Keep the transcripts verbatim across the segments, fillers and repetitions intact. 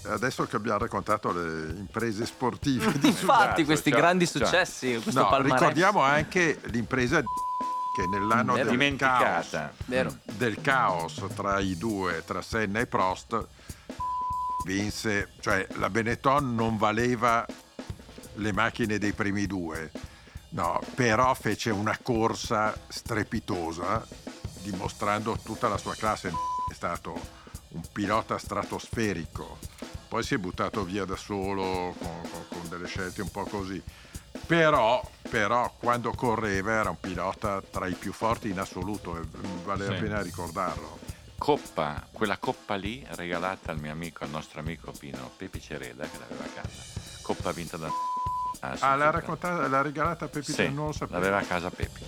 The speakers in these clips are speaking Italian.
adesso che abbiamo raccontato le imprese sportive infatti Esatto, questi cioè, grandi cioè. successi, questo no, palmarès. ricordiamo anche l'impresa che nell'anno Vero. del Dimenticata. caos, Vero. del caos tra i due, tra Senna e Prost, vinse, cioè la Benetton non valeva le macchine dei primi due, no, però fece una corsa strepitosa dimostrando tutta la sua classe. È stato un pilota stratosferico, poi si è buttato via da solo con, con, con delle scelte un po' così, però, però quando correva era un pilota tra i più forti in assoluto, e vale Sì. la pena ricordarlo. Coppa, quella coppa lì regalata al mio amico, al nostro amico Pino Pepi Cereda, che l'aveva a casa. Coppa vinta da Ah, Suzuka. l'ha raccontata, l'ha regalata a Pepito, Sì, non lo sapevo. l'aveva a casa Pepi.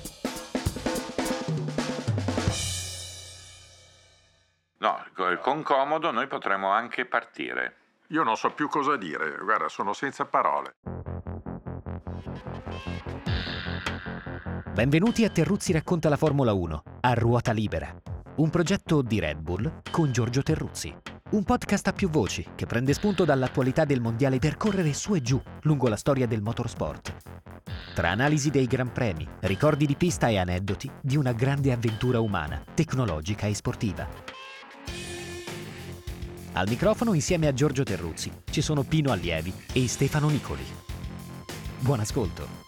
No, con comodo noi potremmo anche partire. Io non so più cosa dire, guarda, sono senza parole. Benvenuti a Terruzzi racconta la Formula uno, a ruota libera. Un progetto di Red Bull con Giorgio Terruzzi. Un podcast a più voci che prende spunto dall'attualità del mondiale per correre su e giù lungo la storia del motorsport. Tra analisi dei gran premi, ricordi di pista e aneddoti di una grande avventura umana, tecnologica e sportiva. Al microfono insieme a Giorgio Terruzzi ci sono Pino Allievi e Stefano Nicoli. Buon ascolto.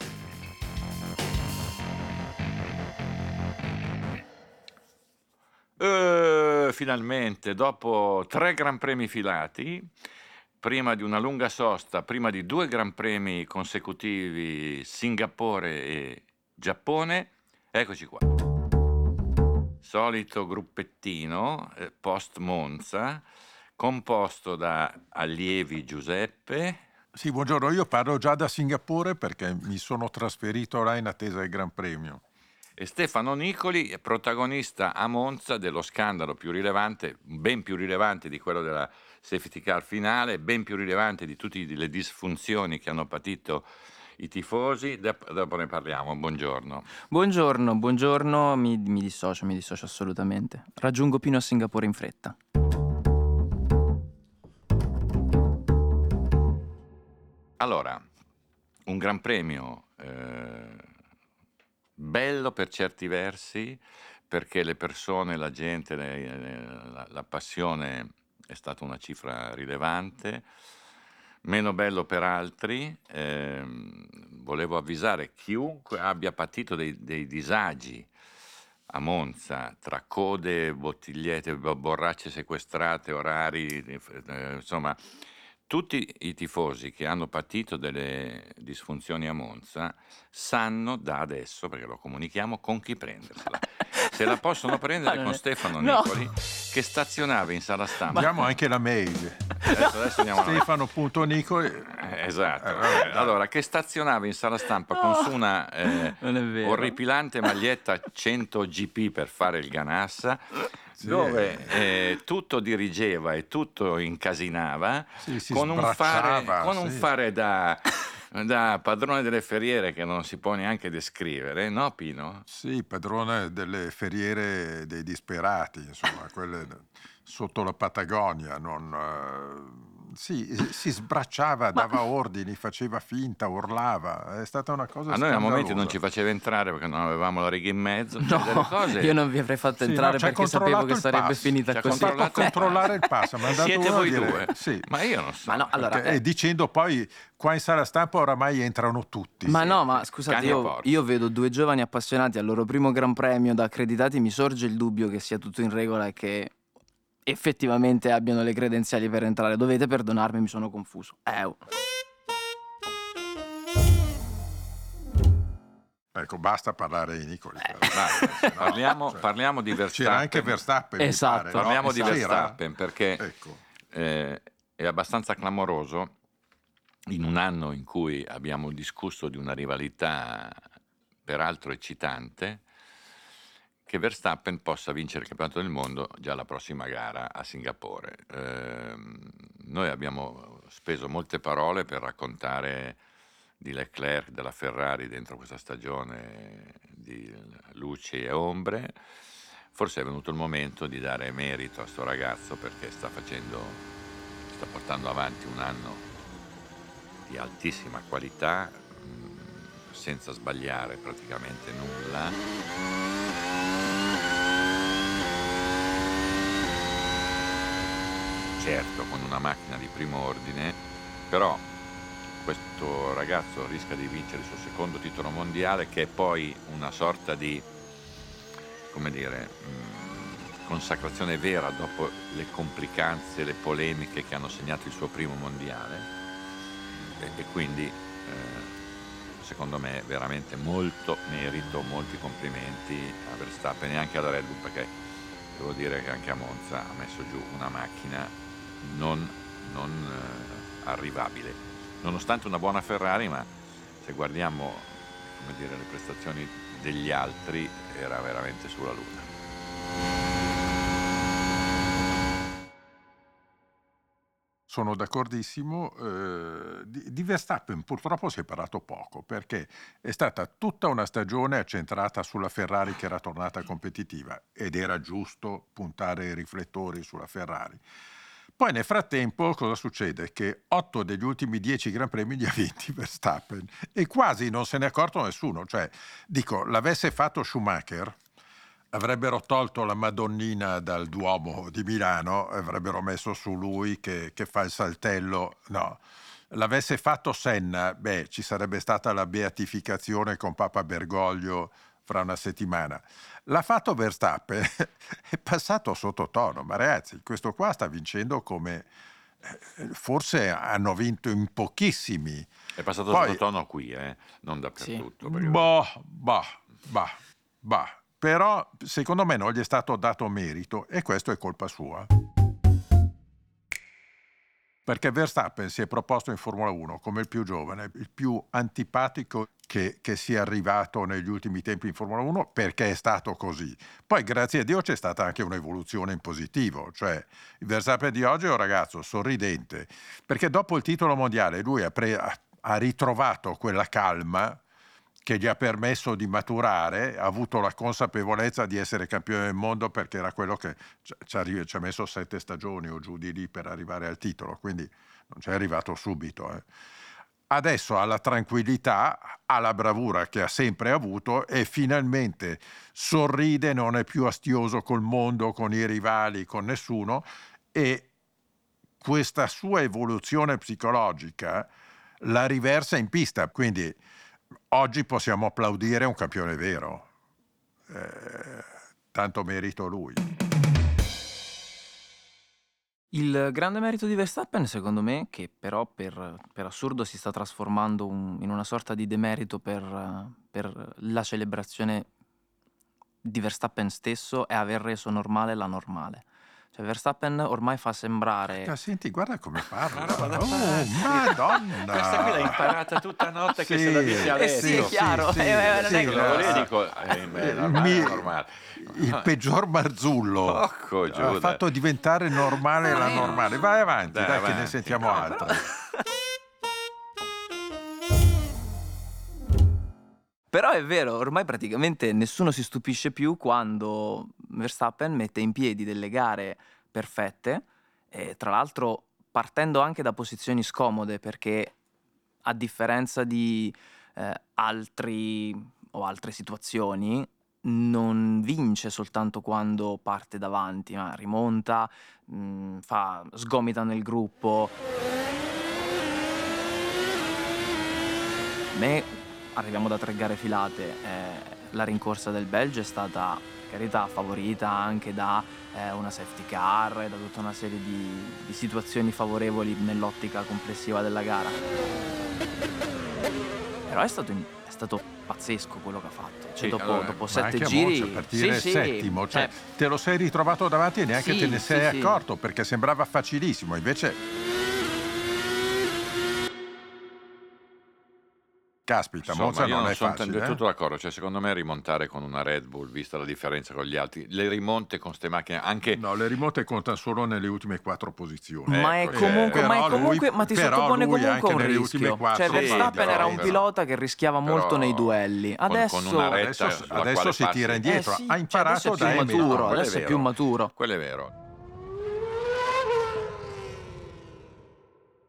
Uh, finalmente, dopo tre Gran Premi filati, prima di una lunga sosta, prima di due Gran Premi consecutivi, Singapore e Giappone, eccoci qua. Solito gruppettino eh, post Monza, composto da allievi Giuseppe. Sì, buongiorno, io parlo già da Singapore perché mi sono trasferito là in attesa del Gran Premio. E Stefano Nicoli, protagonista a Monza dello scandalo più rilevante, ben più rilevante di quello della safety car finale, ben più rilevante di tutte le disfunzioni che hanno patito i tifosi. Dopo ne parliamo. Buongiorno. Buongiorno, buongiorno, mi, mi dissocio, mi dissocio assolutamente. Raggiungo Pino a Singapore in fretta. Allora, un Gran Premio eh, bello per certi versi, perché le persone, la gente, le, la, la passione è stata una cifra rilevante, meno bello per altri. Eh, volevo avvisare chiunque abbia patito dei, dei disagi a Monza, tra code, bottigliette, borracce sequestrate, orari, eh, insomma, tutti i tifosi che hanno patito delle disfunzioni a Monza sanno da adesso, perché lo comunichiamo, con chi prendersela. Se la possono prendere Ma con è... Stefano no. Nicoli, che stazionava in sala stampa. Diamo anche la mail. Adesso, adesso andiamo alla- Stefano punto Nicoli. Eh, esatto. Eh, vabbè, dai. Allora, che stazionava in sala stampa con su una eh, Non è vero. orripilante maglietta cento G P per fare il Ganassa, Sì. dove eh, tutto dirigeva e tutto incasinava, Sì, si con, un fare, sbracciava, con un sì. fare da, da padrone delle ferriere che non si può neanche descrivere, no Pino? Sì, padrone delle ferriere dei disperati, insomma, quelle sotto la Patagonia. Non, eh, sì, si sbracciava, dava ordini, faceva finta, urlava. È stata una cosa A noi a momenti scandalosa. non ci faceva entrare perché non avevamo la riga in mezzo. Cioè No, delle cose... io non vi avrei fatto Sì, entrare no, ci ha perché sapevo controllato che il sarebbe pass. finita Ci ha così. Ha fatto controllato- controllare il pass, ha mandato Siete uno a voi dire- due? Sì. Ma io non so. Ma no, allora, Perché- eh, e dicendo poi qua in sala stampa oramai entrano tutti. Ma Sì. no, ma scusate, Cani a io, porco. io vedo due giovani appassionati al loro primo Gran Premio da accreditati, mi sorge il dubbio che sia tutto in regola e che effettivamente abbiano le credenziali per entrare. Dovete perdonarmi, mi sono confuso. Eh, oh. Ecco, basta parlare di Nicoli. Eh, Basta, Se no, parliamo, cioè, parliamo di Verstappen. C'era anche Verstappen, mi Esatto. pare, no? Parliamo di C'era? Verstappen perché Ecco. eh, è abbastanza clamoroso, in un anno in cui abbiamo discusso di una rivalità peraltro eccitante, che Verstappen possa vincere il campionato del mondo già la prossima gara a Singapore. Eh, noi abbiamo speso molte parole per raccontare di Leclerc, della Ferrari dentro questa stagione di luci e ombre. Forse è venuto il momento di dare merito a sto ragazzo perché sta facendo sta portando avanti un anno di altissima qualità, mh, senza sbagliare praticamente nulla. Certo, con una macchina di primo ordine, però questo ragazzo rischia di vincere il suo secondo titolo mondiale, che è poi una sorta di, come dire, mh, consacrazione vera dopo le complicanze, le polemiche che hanno segnato il suo primo mondiale, e, e quindi eh, secondo me veramente molto merito, molti complimenti a Verstappen e anche alla Red Bull, perché devo dire che anche a Monza ha messo giù una macchina non, non eh, arrivabile, nonostante una buona Ferrari, ma se guardiamo, come dire, le prestazioni degli altri, era veramente sulla luna. Sono d'accordissimo. Eh, di, di Verstappen purtroppo si è parlato poco, perché è stata tutta una stagione accentrata sulla Ferrari che era tornata competitiva, ed era giusto puntare i riflettori sulla Ferrari. Poi nel frattempo cosa succede? Che otto degli ultimi dieci Gran Premi li ha vinti Verstappen e quasi non se ne è accorto nessuno. Cioè, dico, l'avesse fatto Schumacher, avrebbero tolto la Madonnina dal Duomo di Milano, avrebbero messo su lui che, che fa il saltello. No, l'avesse fatto Senna, beh, ci sarebbe stata la beatificazione con Papa Bergoglio fra una settimana. L'ha fatto Verstappen, è passato sottotono, ma ragazzi, questo qua sta vincendo come eh, forse hanno vinto in pochissimi. È passato Poi, sottotono qui, eh? Non dappertutto. Sì. Perché... Boh, boh, boh, boh. Però secondo me non gli è stato dato merito e questo è colpa sua. Perché Verstappen si è proposto in Formula uno come il più giovane, il più antipatico che, che sia arrivato negli ultimi tempi in Formula uno, perché è stato così. Poi grazie a Dio c'è stata anche un'evoluzione in positivo, cioè il Verstappen di oggi è un ragazzo sorridente, perché dopo il titolo mondiale lui ha, pre- ha ritrovato quella calma che gli ha permesso di maturare, ha avuto la consapevolezza di essere campione del mondo, perché era quello che ci ha, ci ha messo sette stagioni o giù di lì per arrivare al titolo, quindi non ci è arrivato subito. Eh. Adesso ha la tranquillità, ha la bravura che ha sempre avuto e finalmente sorride, non è più astioso col mondo, con i rivali, con nessuno, e questa sua evoluzione psicologica la riversa in pista, quindi oggi possiamo applaudire un campione vero, eh, tanto merito lui. Il grande merito di Verstappen, secondo me, che però per, per assurdo si sta trasformando un- in una sorta di demerito per, eh, per la celebrazione di Verstappen stesso, è aver reso normale la normale. Cioè Verstappen ormai fa sembrare... Ah, senti, guarda come parla. Una roba da Oh, pazzi. Madonna! Questa qui l'ha imparata tutta notte, che Sì, se la dice eh adesso. sì, è chiaro, eh, eh, non è sì, che- la- Io dico, eh, beh, normale, Mi- normale. il peggior Marzullo Porco ha Giuda. fatto diventare normale la Eh, normale. Vai avanti, Dai, dai, che ne avanti. sentiamo No, altre. Però è vero, ormai praticamente nessuno si stupisce più quando Verstappen mette in piedi delle gare perfette, e tra l'altro partendo anche da posizioni scomode, perché a differenza di eh, altri o altre situazioni non vince soltanto quando parte davanti, ma rimonta, mh, fa, sgomita nel gruppo. A me, arriviamo da tre gare filate, eh, la rincorsa del Belgio è stata, per carità, favorita anche da eh, una safety car e da tutta una serie di, di situazioni favorevoli nell'ottica complessiva della gara. Però è stato, in- è stato pazzesco quello che ha fatto. Cioè, Sì, dopo, allora, dopo Ma sette anche a giri... Monza, partire sì, sì, settimo, cioè, eh, te lo sei ritrovato davanti e neanche Sì, te ne sì, sei sì. accorto, perché sembrava facilissimo, invece caspita, Insomma, Monza io non non è sono facile. del eh? tutto d'accordo, cioè secondo me rimontare con una Red Bull, vista la differenza con gli altri, le rimonte con ste macchine, anche No, le rimonte contano solo nelle ultime quattro posizioni. Ma è Ecco, comunque, eh, ma, è però lui- comunque, ma ti però sottopone lui comunque anche a un nelle ultime rischio. quattro Cioè fa Verstappen la era un differenza. pilota che rischiava molto Però nei duelli. con- Adesso, con una retta Adesso, sulla adesso quale si passi. tira indietro, Eh sì, ha cioè imparato adesso è da più Hamilton. maturo, quello è adesso è vero. più maturo. Quello è vero.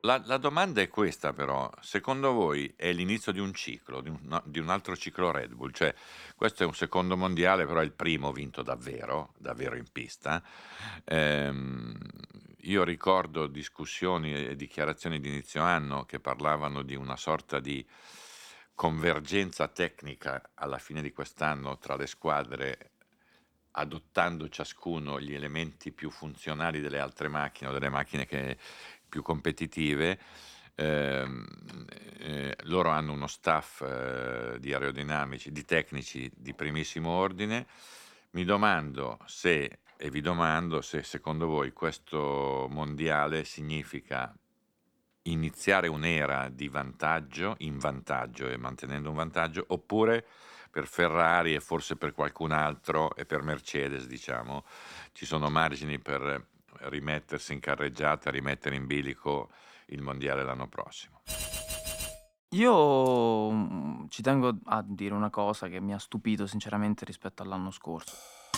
La, la domanda è questa però, secondo voi è l'inizio di un ciclo, di un, no, di un altro ciclo Red Bull? Cioè, questo è un secondo mondiale, però è il primo vinto davvero, davvero in pista. Ehm, io ricordo discussioni e dichiarazioni di inizio anno che parlavano di una sorta di convergenza tecnica alla fine di quest'anno tra le squadre, adottando ciascuno gli elementi più funzionali delle altre macchine o delle macchine che più competitive. Ehm, eh, loro hanno uno staff eh, di aerodinamici, di tecnici di primissimo ordine. Mi domando se, e vi domando se secondo voi questo mondiale significa iniziare un'era di vantaggio, in vantaggio e mantenendo un vantaggio, oppure per Ferrari e forse per qualcun altro e per Mercedes, diciamo, ci sono margini per rimettersi in carreggiata, rimettere in bilico il mondiale l'anno prossimo. Io mm, ci tengo a dire una cosa che mi ha stupito sinceramente rispetto all'anno scorso.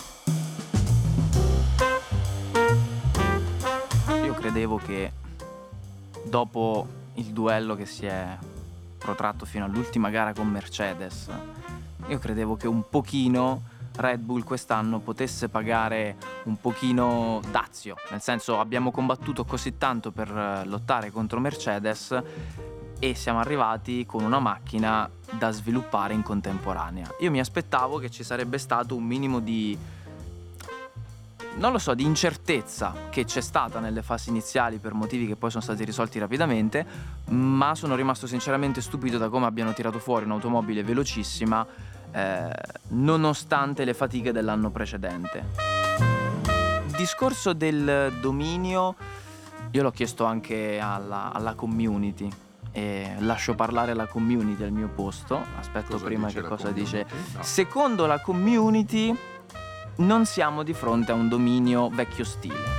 Io credevo che dopo il duello che si è protratto fino all'ultima gara con Mercedes, io credevo che un pochino Red Bull quest'anno potesse pagare un pochino dazio, nel senso abbiamo combattuto così tanto per eh, lottare contro Mercedes e siamo arrivati con una macchina da sviluppare in contemporanea. Io mi aspettavo che ci sarebbe stato un minimo di, non lo so, di incertezza che c'è stata nelle fasi iniziali per motivi che poi sono stati risolti rapidamente, ma sono rimasto sinceramente stupito da come abbiano tirato fuori un'automobile velocissima eh, nonostante le fatiche dell'anno precedente. Il discorso del dominio io l'ho chiesto anche alla, alla community e lascio parlare la community al mio posto. Aspetto Cosa prima dice che la cosa community? dice. No. Secondo la community non siamo di fronte a un dominio vecchio stile.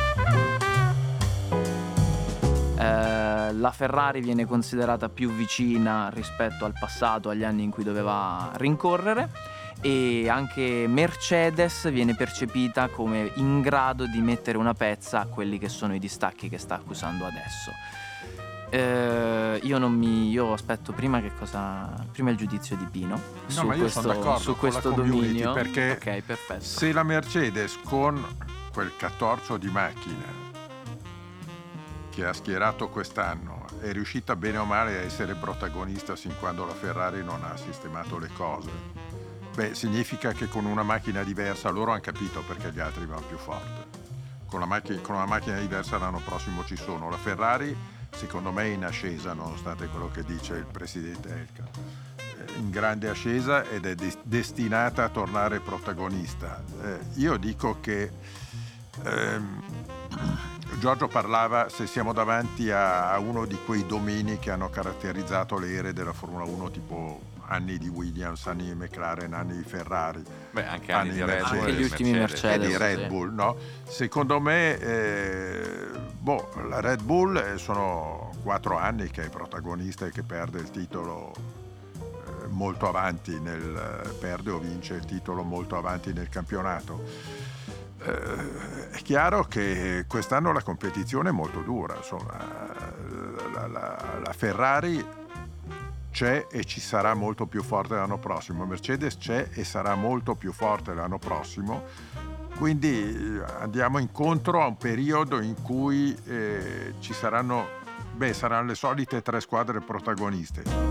Eh, la Ferrari viene considerata più vicina rispetto al passato, agli anni in cui doveva rincorrere, e anche Mercedes viene percepita come in grado di mettere una pezza a quelli che sono i distacchi che sta accusando adesso. Eh, io non mi io aspetto prima che cosa prima il giudizio di Pino No, su ma io questo, sono d'accordo su con questo la community, dominio, perché ok, perfetto. se la Mercedes con quel catorcio di macchina che ha schierato quest'anno è riuscita bene o male a essere protagonista sin quando la Ferrari non ha sistemato le cose, beh, significa che con una macchina diversa loro hanno capito perché gli altri vanno più forte. Con, la macchina, con una macchina diversa l'anno prossimo ci sono. La Ferrari secondo me è in ascesa, nonostante quello che dice il presidente Elka, in grande ascesa ed è de- destinata a tornare protagonista. Eh, io dico che ehm, Giorgio parlava se siamo davanti a, a uno di quei domini che hanno caratterizzato le ere della Formula uno, tipo anni di Williams, anni di McLaren, anni di Ferrari. Beh, anche anni, anni di Red Bull anche gli ultimi Mercedes, e di Red sì. Bull, no? Secondo me eh, boh, la Red Bull sono quattro anni che è protagonista e che perde il titolo eh, molto avanti nel perde o vince il titolo molto avanti nel campionato. Eh, è chiaro che quest'anno la competizione è molto dura, insomma, la, la, la Ferrari c'è e ci sarà molto più forte l'anno prossimo, Mercedes c'è e sarà molto più forte l'anno prossimo, quindi andiamo incontro a un periodo in cui eh, ci saranno, beh, saranno le solite tre squadre protagoniste.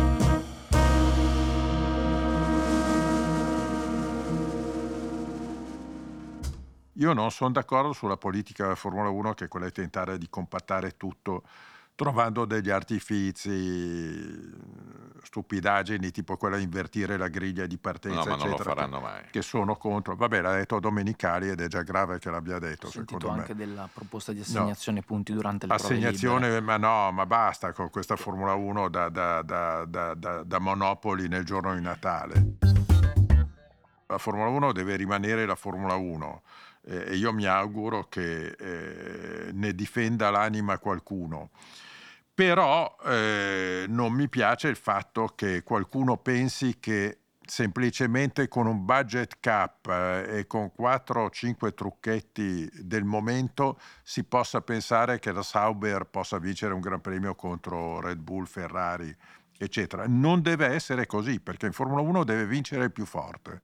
Io non sono d'accordo sulla politica della Formula uno, che è quella di tentare di compattare tutto trovando degli artifici, stupidaggini, tipo quella di invertire la griglia di partenza, no, ma eccetera, non lo faranno che, mai. che sono contro. Vabbè, l'ha detto Domenicali ed è già grave che l'abbia detto, Ho sentito secondo anche me. della proposta di assegnazione no. punti durante le Assegnazione, prove libere. Ma no, ma basta con questa Formula uno da, da, da, da, da, da Monopoli nel giorno di Natale. La Formula uno deve rimanere la Formula uno eh, e io mi auguro che eh, ne difenda l'anima qualcuno. Però eh, non mi piace il fatto che qualcuno pensi che semplicemente con un budget cap eh, e con quattro o cinque trucchetti del momento si possa pensare che la Sauber possa vincere un Gran Premio contro Red Bull, Ferrari, eccetera. Non deve essere così, perché in Formula uno deve vincere il più forte.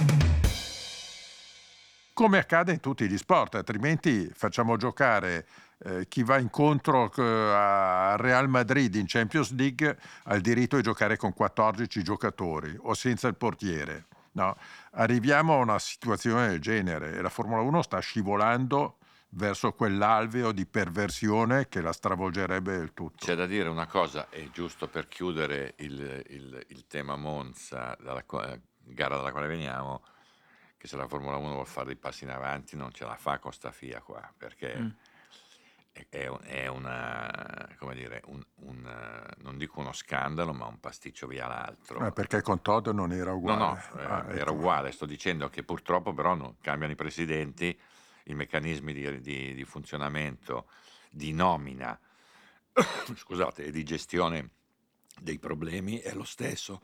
Come accade in tutti gli sport, altrimenti facciamo giocare eh, chi va incontro eh, a Real Madrid in Champions League ha il diritto di giocare con quattordici giocatori o senza il portiere. No, arriviamo a una situazione del genere e la Formula uno sta scivolando verso quell'alveo di perversione che la stravolgerebbe del tutto. C'è da dire una cosa, è giusto per chiudere il, il, il tema Monza, dalla qua- gara dalla quale veniamo, che se la Formula uno vuole fare dei passi in avanti non ce la fa con sta F I A qua, perché Mm. è, è un- è una, come dire, un, un, eh, non dico uno scandalo, ma un pasticcio via l'altro. Ah, perché con Todd non era No, uguale. no, eh, Ah, era ecco. uguale, sto dicendo che purtroppo però no, cambiano i presidenti, i meccanismi di, di- di funzionamento, di nomina, scusate, e di gestione dei problemi è lo stesso.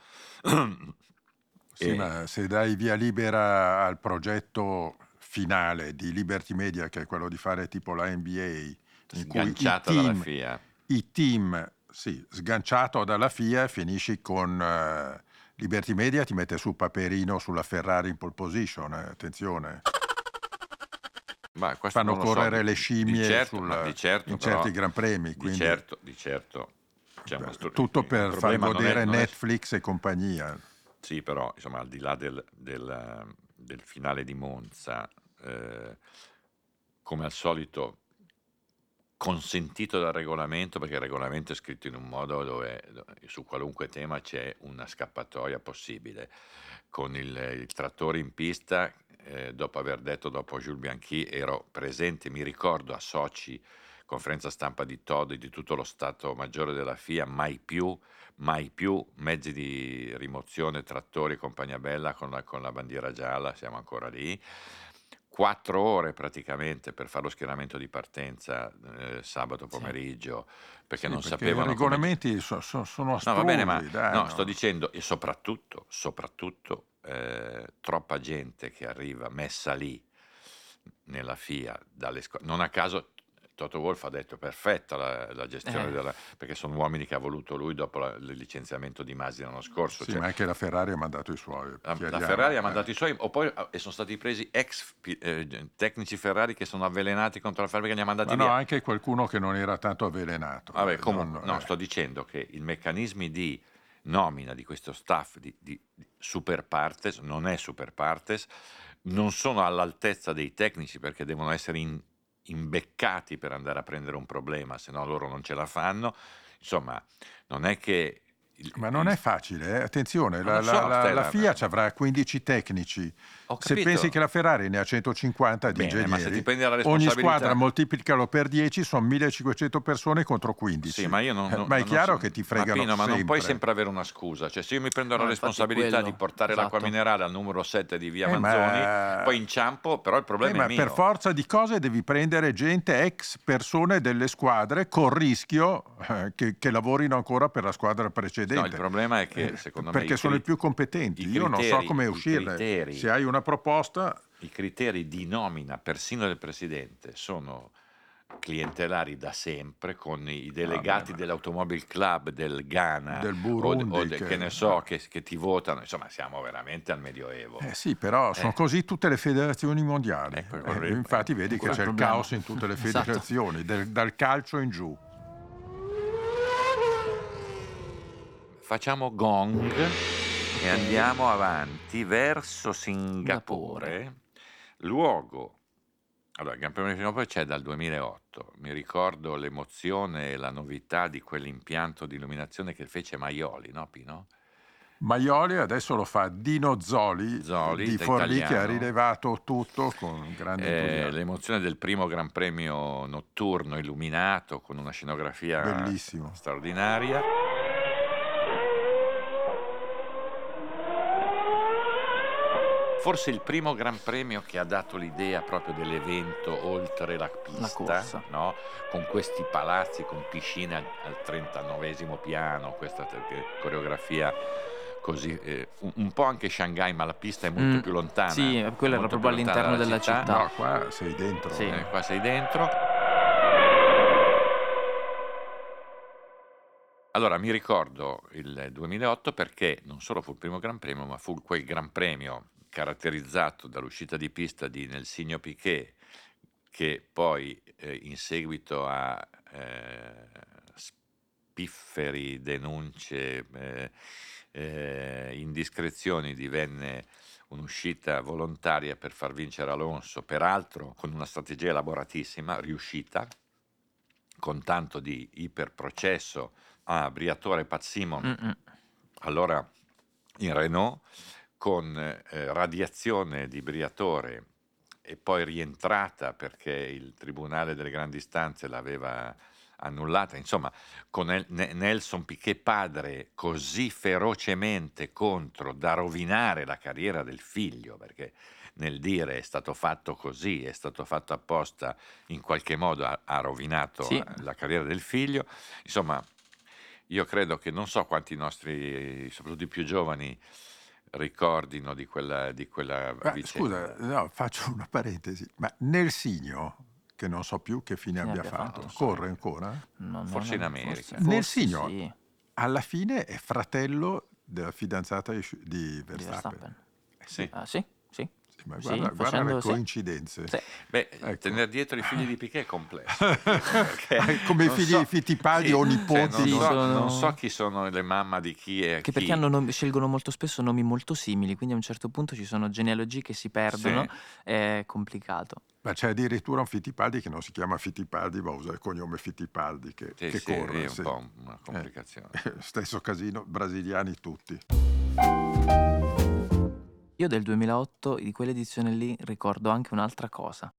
Sì, E- ma se dai via libera al progetto finale di Liberty Media, che è quello di fare tipo la N B A, in cui i Sganciata dalla team, F I A. i team, sì, sganciato dalla F I A, finisci con eh, Liberty Media, ti mette sul paperino sulla Ferrari in pole position, eh, attenzione. Ma questo Fanno non lo so, correre di- le di scimmie certo, sul- ma di certo, in però, certi Gran Premi, di quindi certo, di certo. C'è una stru- tutto il per far problema non è- godere non è- Netflix e compagnia. Sì, però insomma, al di là del, del- del finale di Monza, eh, come al solito consentito dal regolamento, perché il regolamento è scritto in un modo dove, dove su qualunque tema c'è una scappatoia possibile. Con il, il trattore in pista, eh, dopo aver detto, dopo Jules Bianchi, ero presente, mi ricordo a Sochi, conferenza stampa di Todd e di tutto lo Stato Maggiore della F I A, mai più, mai più mezzi di rimozione, trattori e compagnia bella con la, con la bandiera gialla, siamo ancora lì. Quattro ore praticamente per fare lo schieramento di partenza eh, sabato pomeriggio, perché Sì, non perché sapevano i come... regolamenti so- so- sono No, astrusi, va bene, ma dai, no, no. sto dicendo, e soprattutto, soprattutto eh, troppa gente che arriva messa lì nella F I A, dalle scu- non a caso Toto Wolff ha detto perfetta la, la gestione Eh. della, perché sono uomini che ha voluto lui dopo la- il licenziamento di Masi l'anno scorso. Sì, cioè, ma anche la Ferrari ha mandato i suoi. la, la chiariamo, Ferrari ha eh. mandato i suoi, o poi e sono stati presi ex pi- eh, tecnici Ferrari che sono avvelenati contro la Ferrari, che li ha mandati Ma no, via. anche qualcuno che non era tanto avvelenato. Vabbè, eh, comunque, non- no, eh. sto dicendo che i meccanismi di nomina di questo staff di, di- di super partes, non è super partes, non sono all'altezza dei tecnici perché devono essere in- imbeccati per andare a prendere un problema, se no loro non ce la fanno. Insomma, non è che... il- Ma non il- è facile, eh. Attenzione, Ma la, lo so, la- la- Stella, la F I A ma- ci avrà quindici tecnici. Ho Se capito. pensi che la Ferrari ne ha centocinquanta di Bene, ma ingegneri, se ti prendi la ogni responsabilità- squadra moltiplicalo per dieci, sono millecinquecento persone contro quindici. Sì, ma io non, Eh, non- ma è non chiaro so- che ti ma fregano Pino, ma non puoi sempre. sempre avere una scusa. Cioè, se io mi prendo No, la infatti responsabilità quello, di portare esatto. l'acqua minerale al numero sette di via Eh, ma- Manzoni, poi inciampo, però il Eh, problema ma è mio. per forza di cose devi prendere gente, ex persone delle squadre, col rischio eh, che, che lavorino ancora per la squadra precedente. No, il problema è che, Eh, secondo me, perché i sono i crit- più competenti. i Io non so criteri- come i uscirne. criteri- Se hai una proposta, I criteri di nomina, persino del presidente, sono clientelari da sempre, con i delegati Vabbè, ma- dell'Automobile Club del Ghana Del o, Burundi, o de- che- che ne so, che, che ti votano. Insomma, siamo veramente al Medioevo. eh sì, però sono Eh. così tutte le federazioni mondiali. Ecco il Eh, problema. infatti vedi che Quello c'è è il il problema. caos in tutte le Esatto. federazioni, del- dal calcio in giù. Facciamo gong e andiamo avanti verso Singapore, luogo. Allora, il Gran Premio di Singapore c'è dal duemilaotto. Mi ricordo l'emozione e la novità di quell'impianto di illuminazione che fece Maioli, no Pino? Maioli adesso lo fa Dino Zoli, Zoli, di da Forlì, che ha italiano. rilevato tutto con grande Eh, entusiasmo. l'emozione del primo Gran Premio notturno illuminato con una scenografia Bellissimo. straordinaria. Forse il primo Gran Premio che ha dato l'idea proprio dell'evento oltre la pista, corsa. no? Con questi palazzi con piscina al trentanovesimo piano, questa te- coreografia così, eh, un, un po' anche Shanghai, ma la pista è molto Mm, più lontana. sì, è quello era molto proprio più lontana all'interno dalla della città. città. No, qua sei dentro. Sì. Eh, qua sei dentro. Allora, mi ricordo il duemilaotto perché non solo fu il primo Gran Premio, ma fu quel Gran Premio caratterizzato dall'uscita di pista di Nelsinho Piquet, che poi eh, in seguito a eh, spifferi, denunce, eh, eh, indiscrezioni divenne un'uscita volontaria per far vincere Alonso, peraltro con una strategia elaboratissima, riuscita, con tanto di iperprocesso a Briatore e Pat Simon, Mm-mm. allora in Renault, con eh, radiazione di Briatore e poi rientrata perché il Tribunale delle Grandi Istanze l'aveva annullata, insomma, con El- Ne- Nelson Piquet padre così ferocemente contro da rovinare la carriera del figlio, perché nel dire è stato fatto così, è stato fatto apposta, in qualche modo ha, ha rovinato Sì. eh, la carriera del figlio. Insomma, io credo che non so quanti nostri, soprattutto i più giovani, ricordino di quella, di quella Ma vicenda. scusa, no, faccio una parentesi, ma Nelsinho, che non so più che fine Fine abbia abbia fatto, fatto, non so corre neanche. ancora? Non- Forse non- in America. Forse, forse Nelsinho sì, alla fine è fratello della fidanzata di, Schu- di di Verstappen. Verstappen. Eh sì, Ah, sì, sì. sì, ma Sì, guarda, guarda facendo- le sì. coincidenze. Sì. Beh, Ecco. tenere dietro i figli di Piquet è complesso. perché Come i non figli so- di Fittipaldi sì, o cioè, nipoti non, Sì, so, sono- non so chi sono le mamma di chi è Che chi. perché hanno nomi- scelgono molto spesso nomi molto simili, quindi a un certo punto ci sono genealogie che si perdono, Sì. è complicato. Ma c'è addirittura un Fittipaldi che non si chiama Fittipaldi, ma usa il cognome Fittipaldi che, Sì, che sì, corre. è un sì. po' una complicazione. Eh, stesso casino, brasiliani tutti. Io del duemilaotto, di quell'edizione lì, ricordo anche un'altra cosa.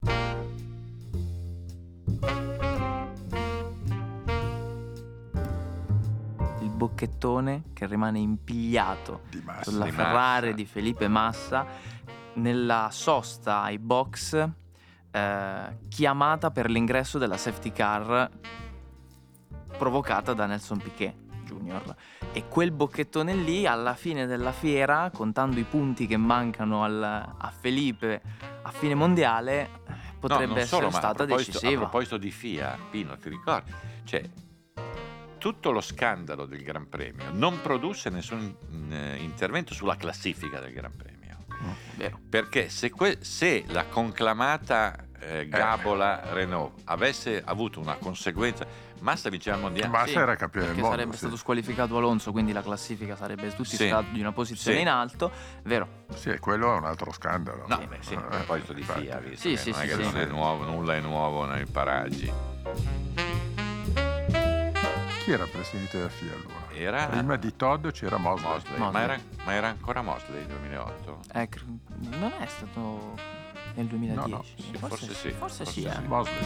Il bocchettone che rimane impigliato Di Massa. sulla Di Ferrari Massa. di Felipe Massa nella sosta ai box, eh, chiamata per l'ingresso della safety car provocata da Nelson Piquet Junior E quel bocchettone lì, alla fine della fiera, contando i punti che mancano al- a Felipe a fine mondiale, eh, potrebbe no, non essere solo, ma a stata proposito, a decisiva. proposito di F I A, Pino, ti ricordi? Cioè, tutto lo scandalo del Gran Premio non produsse nessun eh, intervento sulla classifica del Gran Premio. Vero. Perché se, que- se la conclamata eh, Gabola Renault avesse avuto una conseguenza, Massa vinceva il mondiale. Massa Sì, era campione del perché mondo. sarebbe sì. stato squalificato Alonso, quindi la classifica sarebbe tutti Sì. stati di una posizione Sì. in alto, vero? Sì, e quello è un altro scandalo. No, beh, sì, a Eh, proposito di F I A, infatti. visto Sì, che sì, non è sì, che sì. non è nuovo, nulla è nuovo nei paraggi. Chi era presidente della F I A allora? Era Prima di Todd c'era Mosley. Mosley, Mosley. Ma, era, ma era ancora Mosley nel duemilaotto? Eh, cr- non è stato nel duemiladieci? No, no, sì, forse sì, Forse forse sì, eh. sì. Mosley.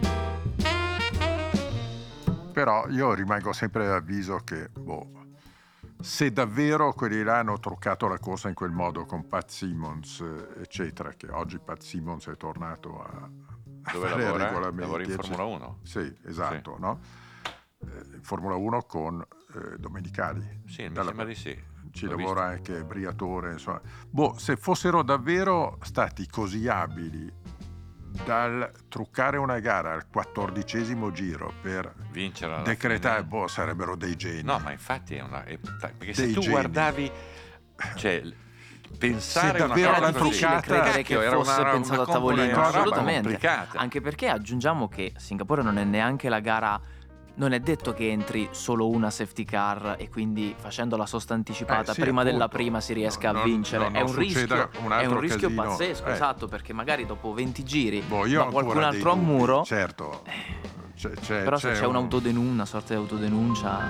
Però io rimango sempre all'avviso che, boh, se davvero quelli là hanno truccato la corsa in quel modo con Pat Simmons, eh, eccetera, che oggi Pat Simmons è tornato a, a Dove fare lavora? regolamenti. Lavora in ecce- Formula uno? Sì, esatto, no? Eh, in Formula uno con eh, Domenicali. Sì, mi Dalla- sembra di sì. Ci L'ho lavora visto. anche Briatore, insomma. Boh, se fossero davvero stati così abili dal truccare una gara al quattordicesimo giro per Vincere alla decretare, fine. boh, sarebbero dei geni. No, ma infatti è una... è- perché se Dei tu geni. guardavi... Cioè, pensare Se una davvero cosa l'hanno così, difficile truccata- credere che cacchio, era fosse una- pensato una a tavolino, componente- una roba assolutamente. complicata. Anche perché aggiungiamo che Singapore non è neanche la gara, non è detto che entri solo una safety car e quindi facendo la sosta anticipata Eh, sì, prima della appunto. prima si riesca No, a non- vincere. non- è, non un succeda rischio, un è altro un rischio casino. pazzesco, Eh. esatto, perché magari dopo venti giri Boh, io ho ma qualcun ancora altro a dei dubbi, muro, certo. C'è, c'è- però se c'è c'è un- un'autodenuncia, una sorta di autodenuncia,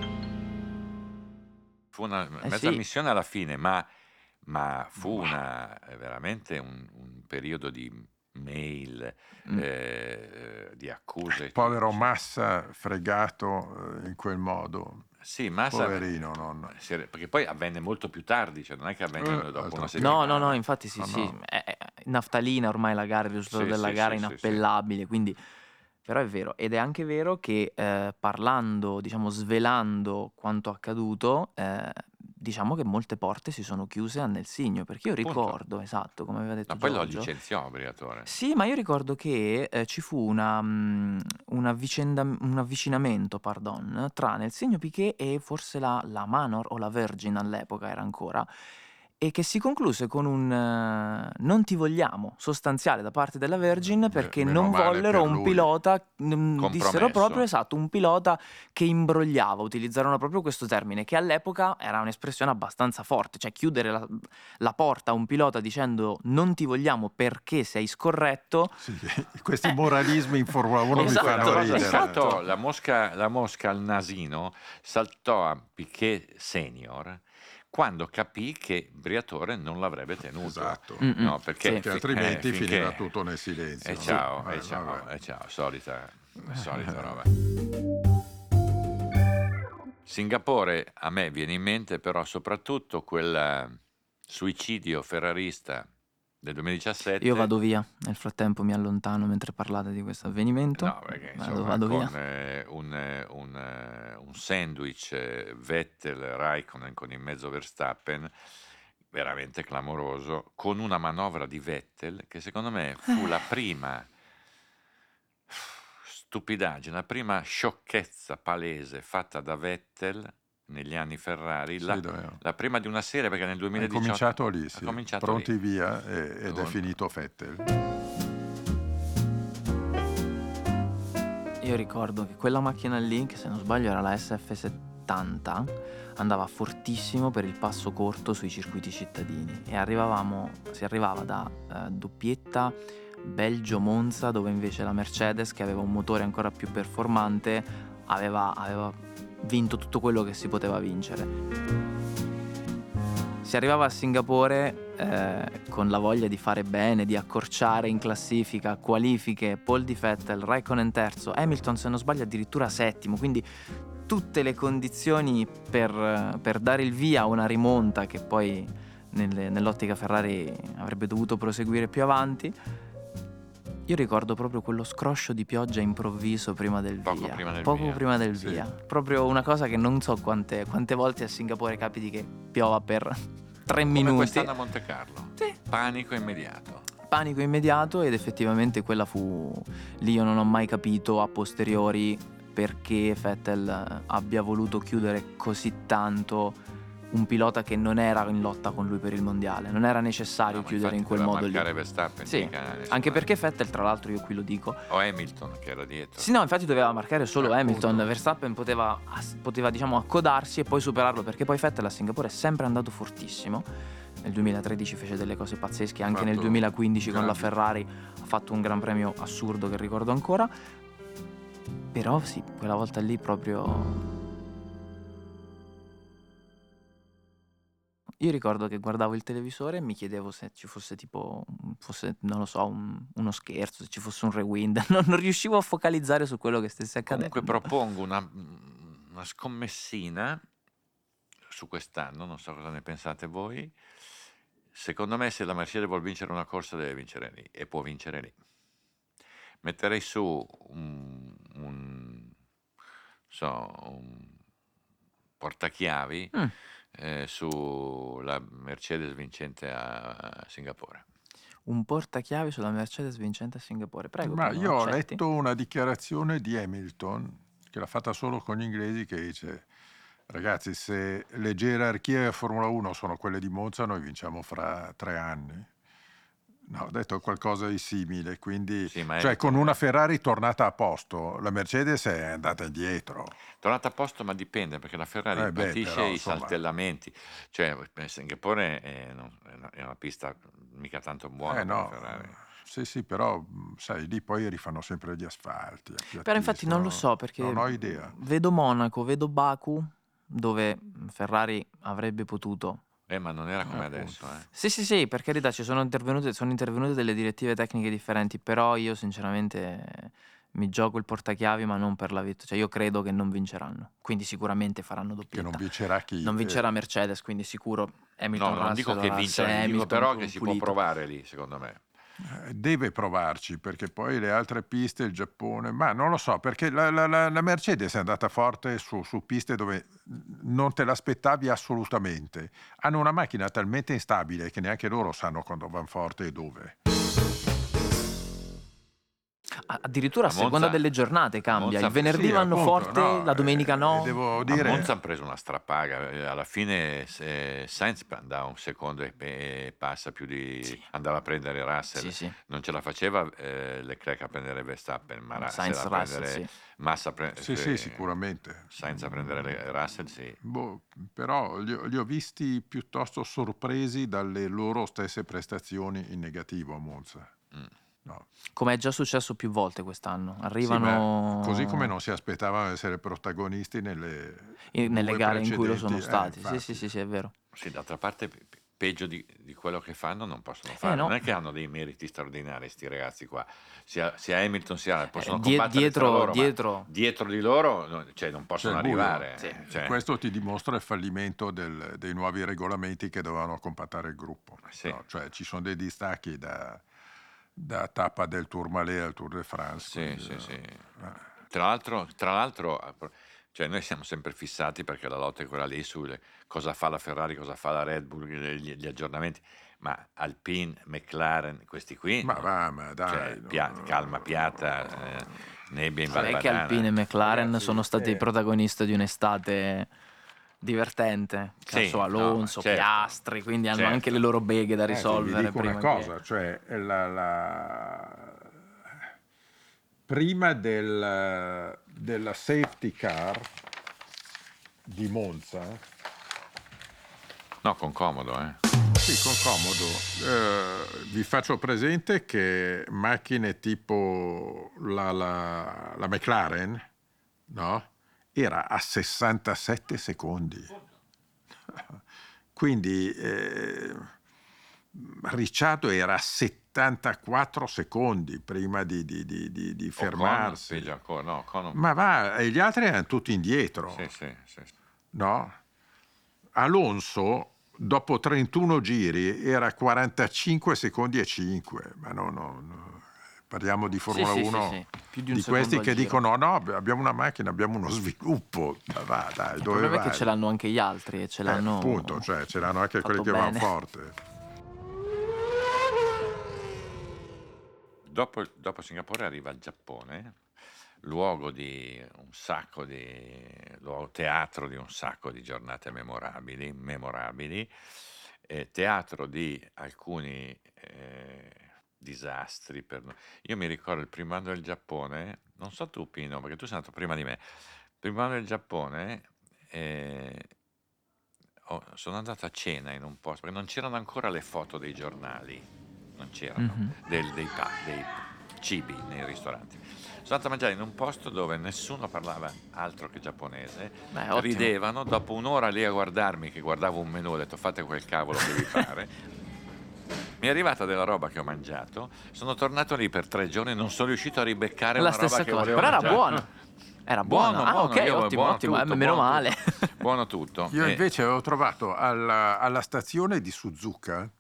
Fu una Eh mezza sì. missione alla fine, ma, ma fu una, eh, veramente un, un periodo di mail, Mm. eh, di accuse. povero Cioè, Massa fregato eh, in quel modo. Sì, Massa... Poverino, non... si era- Perché poi avvenne molto più tardi, cioè non è che avvenne Eh, dopo altro- una settimana. no, no, no, infatti sì, No, sì, no. è, è naftalina ormai la gara, il risultato Sì, della sì, gara è sì, sì, inappellabile, quindi però è vero, ed è anche vero che eh, parlando, diciamo, svelando quanto accaduto, eh, diciamo che molte porte si sono chiuse a Nelsinho, perché io Appunto. ricordo, esatto, come aveva detto Ma poi lo Giorgio. licenziò Briatore. Sì, ma io ricordo che eh, ci fu una, mm, un, avvicenda- un avvicinamento, pardon, tra Nelsinho Piquet e forse la, la Manor o la Virgin all'epoca era ancora, e che si concluse con un eh, non ti vogliamo sostanziale da parte della Virgin, perché meno non male vollero per un lui. pilota, mm, dissero Compromesso. proprio esatto, un pilota che imbrogliava, utilizzarono proprio questo termine, che all'epoca era un'espressione abbastanza forte, cioè chiudere la, la porta a un pilota dicendo non ti vogliamo perché sei scorretto. Sì, questi moralismi in Formula uno Esatto, mi fanno Quella cosa ridere. saltò, la mosca, la mosca al nasino saltò a Piquet Senior quando capì che Briatore non l'avrebbe tenuto. Esatto. Mm, mm, No, perché, sì. Perché fi- altrimenti eh, finché- finiva tutto nel silenzio. E ciao, Vabbè, e ciao, vabbè. e ciao, solita, solita roba. Singapore a me viene in mente però soprattutto quel eh, suicidio ferrarista del duemiladiciassette. Io vado via, nel frattempo mi allontano mentre parlate di questo avvenimento. No, perché vado, insomma vado con via. eh, un, eh, un, eh, un sandwich eh, Vettel, Raikkonen con in mezzo Verstappen, veramente clamoroso, con una manovra di Vettel che secondo me fu la prima stupidaggine, la prima sciocchezza palese fatta da Vettel negli anni Ferrari, Sì, la, davvero. la prima di una serie, perché nel Hai duemiladiciotto cominciato lì, ha sì. cominciato Pronti lì. via e- ed è Con- finito Vettel. Io ricordo che quella macchina lì, che se non sbaglio era la S F settanta, andava fortissimo per il passo corto sui circuiti cittadini e arrivavamo, si arrivava da eh, doppietta Belgio-Monza, dove invece la Mercedes, che aveva un motore ancora più performante, aveva, aveva vinto tutto quello che si poteva vincere. Si arrivava a Singapore eh, con la voglia di fare bene, di accorciare in classifica, qualifiche, pole di Vettel, Raikkonen terzo, Hamilton se non sbaglio addirittura settimo, quindi tutte le condizioni per, per dare il via a una rimonta che poi nelle- nell'ottica Ferrari avrebbe dovuto proseguire più avanti. Io ricordo proprio quello scroscio di pioggia improvviso prima del Poco via, prima del poco via. prima del Sì. via, proprio una cosa che non so quante, quante volte a Singapore capiti che piova per tre Come minuti. quest'anno a Monte Carlo. Sì. Panico immediato. Panico immediato, ed effettivamente quella fu, lì io non ho mai capito a posteriori perché Vettel abbia voluto chiudere così tanto un pilota che non era in lotta con lui per il mondiale, non era necessario No, ma chiudere in infatti quel doveva modo lì. marcare Verstappen, Sì, mica nessun anche altro. perché Vettel, tra l'altro, io qui lo dico, O Hamilton che era dietro. sì, no, infatti doveva marcare solo Eh, Hamilton. appunto. Verstappen poteva, as- poteva, diciamo, accodarsi e poi superarlo, perché poi Vettel a Singapore è sempre andato fortissimo. Nel duemilatredici fece delle cose pazzesche, anche nel Fatto duemilaquindici con la grandi- Ferrari ha fatto un gran premio assurdo che ricordo ancora. Però sì, quella volta lì proprio... Io ricordo che guardavo il televisore e mi chiedevo se ci fosse tipo, fosse, non lo so, un- uno scherzo, se ci fosse un rewind. Non, non riuscivo a focalizzare su quello che stesse accadendo. Comunque propongo una, una scommessina su quest'anno, non so cosa ne pensate voi. Secondo me se la Mercedes vuol vincere una corsa deve vincere lì e può vincere lì. Metterei su un, un, so, un portachiavi Mm. eh, sulla Mercedes vincente a Singapore. Un portachiavi sulla Mercedes vincente a Singapore. Prego. Ma Pino, io ho accetti? letto una dichiarazione di Hamilton, che l'ha fatta solo con gli inglesi, che dice: ragazzi, se le gerarchie a Formula uno sono quelle di Monza, noi vinciamo fra tre anni. No, ho detto qualcosa di simile, quindi Sì, ma cioè Hamilton- con una Ferrari tornata a posto, la Mercedes è andata indietro. Tornata a posto, ma dipende perché la Ferrari Eh beh, patisce però, i insomma. saltellamenti. Cioè, Singapore è, non- è una, è una pista mica tanto buona Eh per la no, Ferrari. sì sì, però mh, sai, lì poi rifanno sempre gli asfalti. Però infatti non lo appiattiscono. so, perché Non ho idea. vedo Monaco, vedo Baku, dove Ferrari avrebbe potuto. Eh, ma non era come Appunto. adesso, eh. Sì, sì, sì, per carità, ci sono intervenute, sono intervenute delle direttive tecniche differenti, però io sinceramente mi gioco il portachiavi, ma non per la vittoria. Cioè io credo che non vinceranno, quindi sicuramente faranno Che doppietta. non vincerà chi? Non Eh, vincerà Mercedes, quindi sicuro Hamilton No, non dico Russell, che Russell, vincere, dico Hamilton però pu- che si può pulito. provare lì, secondo me. Eh, Deve provarci, perché poi le altre piste, il Giappone, ma non lo so, perché la, la- la- la Mercedes è andata forte su, su piste dove non te l'aspettavi assolutamente. Hanno una macchina talmente instabile che neanche loro sanno quando vanno forte e dove. A- Addirittura a A seconda Monza, delle giornate a cambia. Monza, Il venerdì Sì, vanno appunto, forte, no, la domenica eh, no. devo a dire, Monza hanno preso una strapaga. eh, Alla fine eh, Sainz andava un secondo e, e passa più di... Sì. andava a prendere Russell. Sì, sì. Non ce la faceva eh, Leclerc a prendere Verstappen, ma Ra- Sainz, se la Russell, prendere sì. Massa a pre- sì, se- sì, sicuramente. Sainz a prendere le- Russell, sì. Boh, però li, ho- li ho visti piuttosto sorpresi dalle loro stesse prestazioni in negativo a Monza. Mm. No. Come è già successo più volte quest'anno. Sì, ma Arrivano così come non si aspettavano di essere protagonisti nelle, in- nelle due gare in cui lo sono precedenti, eh, stati. Sì, sì, infatti. sì, sì, è vero. Sì, d'altra parte pe- pe- peggio di, di quello che fanno non possono fare. Eh no. Non è che hanno dei meriti straordinari sti ragazzi qua. Sia, sia Hamilton sia possono Eh, die- combattere dietro- tra loro, ma dietro- dietro di loro no, cioè, non possono C'è il buio. arrivare. Sì. Cioè, Questo ti dimostra il fallimento del- dei nuovi regolamenti che dovevano compattare il gruppo. Sì. No, cioè ci sono dei distacchi da, da tappa del Tourmalet al Tour de France. Sì, quindi, sì, eh, sì. eh. Tra l'altro, tra l'altro, cioè noi siamo sempre fissati perché la lotta è quella lì su cosa fa la Ferrari, cosa fa la Red Bull, gli, gli aggiornamenti, ma Alpine, McLaren, questi qui, Ma no, va, ma dai. cioè, no, pia- no, calma piata, eh, nebbia in Non Val è che Banana. Alpine e McLaren Ragazzi, sono stati eh. i protagonisti di un'estate divertente. Sì, Cazzo, no, Alonso, certo. Piastri, quindi hanno Certo. anche le loro beghe da Eh, ti- risolvere vi dico prima una che- cosa, cioè la, la- prima del- della safety car di Monza, No, con comodo, eh. sì, con comodo, eh, vi faccio presente che macchine tipo la, la- la McLaren, no? Era a sessantasette secondi. Quindi eh, Ricciardo era a settantaquattro secondi prima di, di- di- di- di O fermarsi. Ocon, peggio ancora, no, Ocon- Ma va, e gli altri erano tutti indietro, sì, sì, sì. no? Alonso, dopo trentuno giri, era a quarantacinque secondi e cinque. Ma no, no, no. Parliamo di Formula sì, sì, uno, sì, sì. Più di un di secondo questi al che giro. dicono no, abbiamo una macchina, abbiamo uno sviluppo. Ma va, dai, Il dove problema è vai? che ce l'hanno anche gli altri e ce Eh, l'hanno appunto, cioè ce l'hanno anche quelli fatto che vanno bene. forte. Dopo, dopo Singapore arriva il Giappone, luogo di un sacco di luogo, teatro di un sacco di giornate memorabili, memorabili eh, teatro di alcuni eh, disastri. Per noi. Io mi ricordo il primo anno del Giappone, non so tu Pino, perché tu sei andato prima di me, il primo anno del Giappone eh, ho- sono andato a cena in un posto, perché non c'erano ancora le foto dei giornali, non c'erano, Mhm. del- dei, pa- dei cibi nei ristoranti. Sono andato a mangiare in un posto dove nessuno parlava altro che giapponese, Beh, ottimo. ridevano, dopo un'ora lì a guardarmi che guardavo un menù ho detto fate quel cavolo che vi pare. Mi è arrivata della roba che ho mangiato, sono tornato lì per tre giorni e non sono riuscito a ribeccare La una roba stessa che cosa, volevo però era mangiare. buono. Era buono. Buono, Ah, buono, ok, io- ottimo, buono ottimo. tutto, Eh, meno buono male. tutto. Buono tutto. Io E- invece avevo trovato alla, alla stazione di Suzuka,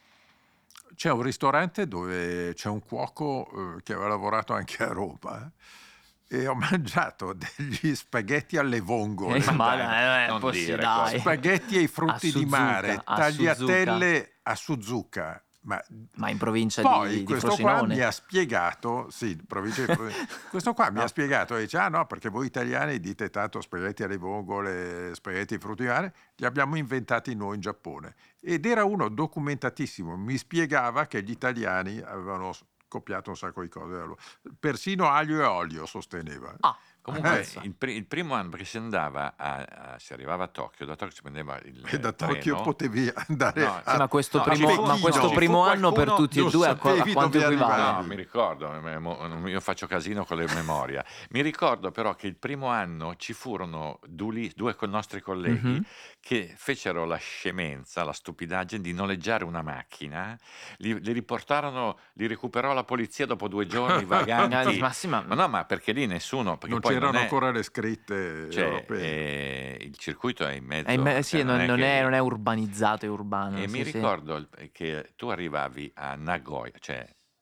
c'è un ristorante dove c'è un cuoco eh, che aveva lavorato anche a Roma e ho mangiato degli spaghetti alle vongole. Eh, ma dai, dai, non è possibile, dire dai. cose. Spaghetti ai frutti A di Suzuka, mare, a tagliatelle a Suzuka. Ma Ma in provincia poi di, di questo qua Frosinone. mi ha spiegato, sì, provincia di Frosinone. Questo qua mi ha spiegato, dice, ah no, perché voi italiani dite tanto spaghetti alle vongole, spaghetti ai frutti di mare, li abbiamo inventati noi in Giappone. Ed era uno documentatissimo, mi spiegava che gli italiani avevano copiato un sacco di cose, persino aglio e olio sosteneva. Ah, Comunque Eh. il, pri- il primo anno, perché si andava a, a- si arrivava a Tokyo, da Tokyo si prendeva il E da treno. Tokyo potevi andare No, a, Sì, ma questo no, primo, ci fu- ma ci questo fu primo anno per qualcuno- tutti e non due a, qua- a sapevi quanto dove equivale? arrivavi. No, mi ricordo, me- mo- io faccio casino con la memoria. Mi ricordo però che il primo anno ci furono due, due con nostri colleghi Mhm. che fecero la scemenza, la stupidaggine di noleggiare una macchina, li, li riportarono, li recuperò la polizia dopo due giorni vaganti. Ma sì, ma- Ma no, ma perché lì nessuno, perché non poi c'erano non è- ancora le scritte cioè, europee. eh, il circuito è in mezzo. È in me- sì, cioè, non, non che- è, non è urbanizzato, è urbano. E sì, mi sì. ricordo il- che tu arrivavi a Nagoya, cioè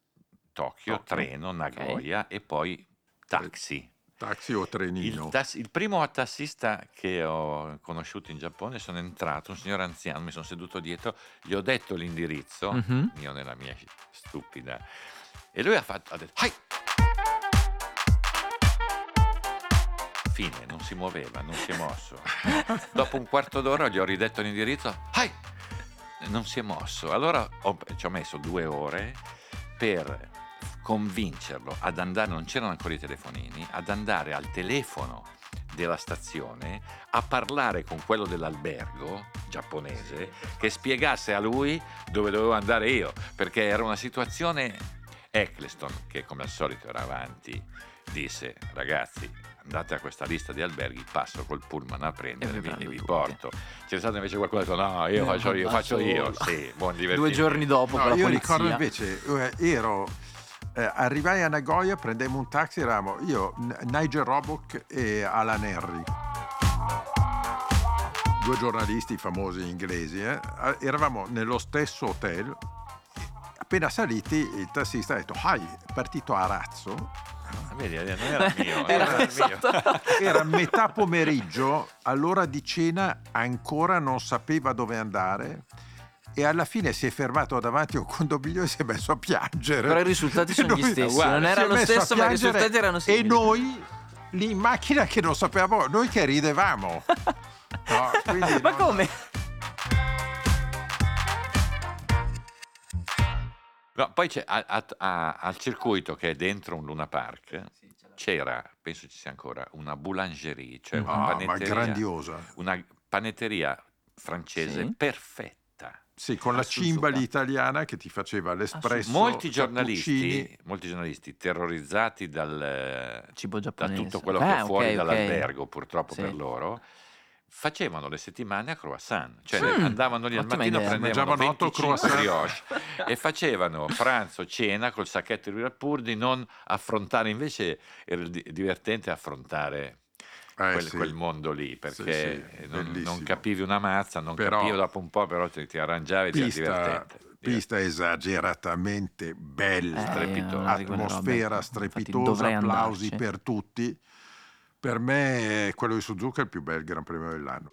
Tokyo, Tokyo, treno, Nagoya e poi taxi. Taxi o trenino? Il, tass- il primo tassista che ho conosciuto in Giappone, sono entrato, un signore anziano, mi sono seduto dietro, gli ho detto l'indirizzo, Mhm. io nella mia stupida, e lui ha fatto, ha detto, "Hai!" Fine, non si muoveva, non si è mosso. Dopo un quarto d'ora gli ho ridetto l'indirizzo, "Hai!" Non si è mosso. Allora ho- ci ho messo due ore per convincerlo ad andare, non c'erano ancora i telefonini, ad andare al telefono della stazione a parlare con quello dell'albergo giapponese che spiegasse a lui dove dovevo andare io, perché era una situazione. Eccleston, che come al solito era avanti, disse: ragazzi, andate a questa lista di alberghi, passo col pullman a prendervi prendo e vi tutti. porto. C'è stato invece qualcuno che ha detto: no, io Eh, faccio io, da faccio io. solo. Sì, buon Due divertimento. giorni dopo No, con la io polizia. ricordo invece, eh, ero, eh, arrivai a Nagoya, prendemmo un taxi, eravamo io, N- Nigel Roebuck e Alan Henry, due giornalisti famosi inglesi, eh. Eravamo nello stesso hotel. Appena saliti, il tassista ha detto: "Hai, è partito a razzo". Ah, vedi, non era mio, Era era il esatto. mio. Era metà pomeriggio, all'ora di cena ancora non sapeva dove andare e alla fine si è fermato davanti a un condominio e si è messo a piangere. Però i risultati sono gli Noi- stessi, guarda, non si era è lo messo a stesso, ma i piangere risultati erano e simili. noi lì in macchina che non sapevamo, noi che ridevamo. No, quindi Ma no, come? No, poi c'è a- a- a- al circuito che è dentro un Luna Park, c'era, penso ci sia ancora, una boulangerie, cioè una Ah, ma panetteria, grandiosa. una panetteria francese Sì. perfetta. Sì, con la A Suzuka. cimbali italiana che ti faceva l'espresso, Molti cappuccini. giornalisti, molti giornalisti terrorizzati dal, Cibo da giapponese. tutto quello Eh, che è fuori ok, ok. dall'albergo, purtroppo Sì. per loro, facevano le settimane a croissant, cioè Mm, andavano lì al ottima mattino, idea. prendevano Mangiavano otto venticinque croissant. brioche e facevano pranzo, cena col sacchetto di pur di non affrontare, invece era di- divertente affrontare Eh, quel, sì. quel mondo lì, perché Sì, sì, non, non bellissimo. capivi una mazza, non Però- capivi dopo un po', però ti, ti arrangiavi ed era Pista, divertente. pista esageratamente bella, Eh, strepitosa. una di quelle atmosfera robe. strepitosa, Infatti dovrei applausi andarci. per tutti. Per me quello di Suzuka è il più bel Gran Premio dell'anno.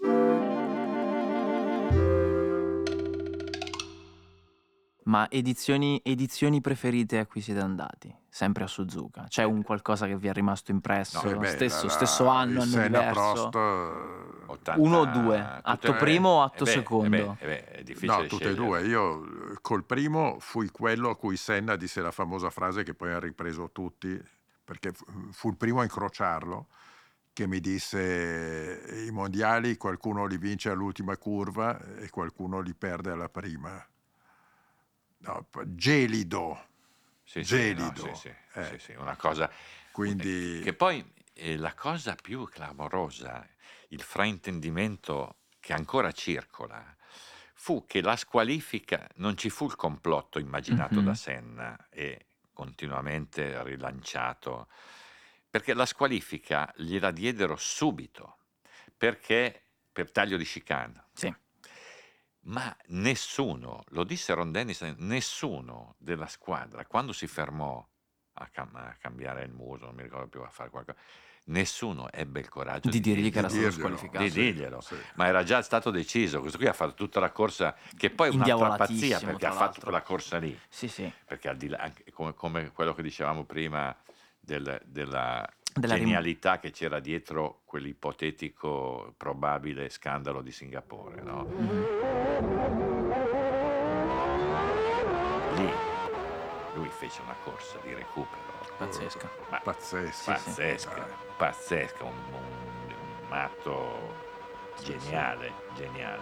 Ma edizioni, edizioni preferite a cui siete andati? Sempre a Suzuka? C'è un qualcosa che vi è rimasto impresso? Eh beh, stesso, la- stesso anno, il anno Senna diverso? Prost, eh, ottanta Uno o due? tutte- Atto eh, primo o eh atto beh, eh secondo? beh, eh beh, è difficile no, tutte e scegliere. due. Io eh, col primo fui quello a cui Senna disse la famosa frase che poi ha ripreso tutti, perché fu, fu il primo a incrociarlo, che mi disse: i mondiali qualcuno li vince all'ultima curva e qualcuno li perde alla prima. No, gelido. Sì, sì, gelido. no, sì, sì, Eh. sì, sì, una cosa. Quindi- Che poi eh, la cosa più clamorosa, il fraintendimento che ancora circola, fu che la squalifica, non ci fu il complotto immaginato Mhm. da Senna e continuamente rilanciato, perché la squalifica gliela diedero subito, perché per taglio di chicane. Sì. Ma nessuno, lo disse Ron Dennis, nessuno della squadra, quando si fermò a, cam- a cambiare il muso, non mi ricordo più, a fare qualcosa, nessuno ebbe il coraggio Di di, dirgli che era di stato dirglielo. squalificato. di dirglielo, Sì. ma era già stato deciso. Questo qui ha fatto tutta la corsa, che poi è un'altra pazzia, Indiavolatissimo, perché ha tra fatto l'altro. quella corsa lì, Sì, sì. perché al di là, anche come, come quello che dicevamo prima del- della, Della rim- genialità che c'era dietro quell'ipotetico probabile scandalo di Singapore, no? Lì lui fece una corsa di recupero Pazzesca. ma Pazzesco. pazzesca, pazzesca, un, un- un matto geniale, geniale.